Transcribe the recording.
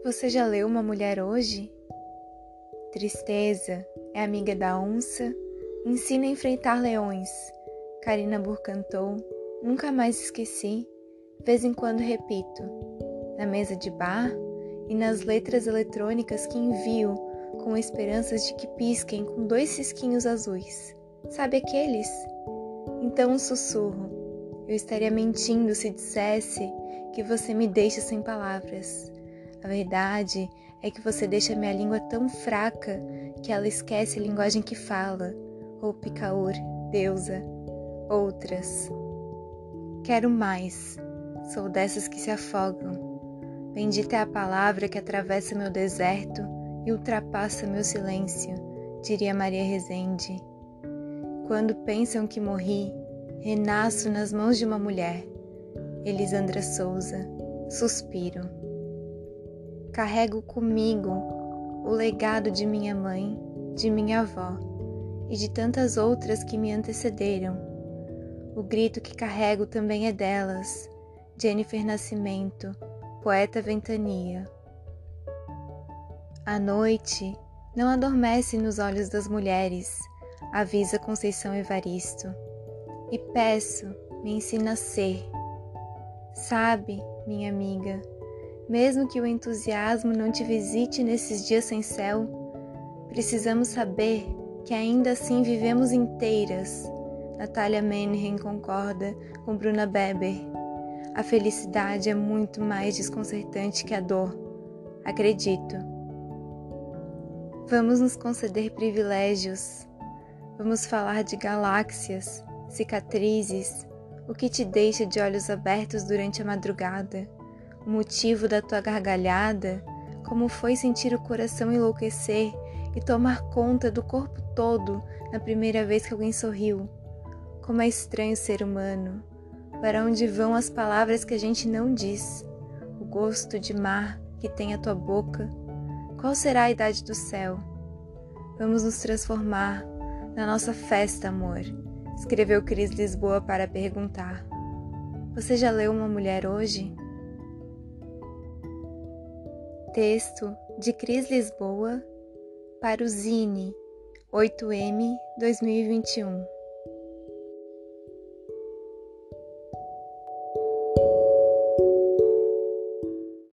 Você já leu Uma Mulher Hoje? Tristeza é amiga da onça, ensina a enfrentar leões. Karina Burr cantou, nunca mais esqueci, vez em quando repito, na mesa de bar e nas letras eletrônicas que envio com esperanças de que pisquem com 2 cisquinhos azuis. Sabe aqueles? Então um sussurro. Eu estaria mentindo se dissesse que você me deixa sem palavras. A verdade é que você deixa minha língua tão fraca que ela esquece a linguagem que fala, ou picaur, deusa, outras. Quero mais, sou dessas que se afogam. Bendita é a palavra que atravessa meu deserto e ultrapassa meu silêncio, diria Maria Rezende. Quando pensam que morri, renasço nas mãos de uma mulher. Elisandra Souza, suspiro. Carrego comigo o legado de minha mãe, de minha avó e de tantas outras que me antecederam. O grito que carrego também é delas, Jennifer Nascimento, poeta ventania. A noite não adormece nos olhos das mulheres, avisa Conceição Evaristo. E peço, me ensina a ser. Sabe, minha amiga, mesmo que o entusiasmo não te visite nesses dias sem céu, precisamos saber que ainda assim vivemos inteiras. Natália Menren concorda com Bruna Beber. A felicidade é muito mais desconcertante que a dor. Acredito. Vamos nos conceder privilégios. Vamos falar de galáxias, cicatrizes, o que te deixa de olhos abertos durante a madrugada. O motivo da tua gargalhada, como foi sentir o coração enlouquecer e tomar conta do corpo todo na primeira vez que alguém sorriu. Como é estranho ser humano, para onde vão as palavras que a gente não diz, o gosto de mar que tem a tua boca, qual será a idade do céu? Vamos nos transformar na nossa festa, amor, escreveu Cris Lisboa para perguntar. Você já leu Uma Mulher Hoje? Texto de Cris Lisboa para o Zine 8M 2021.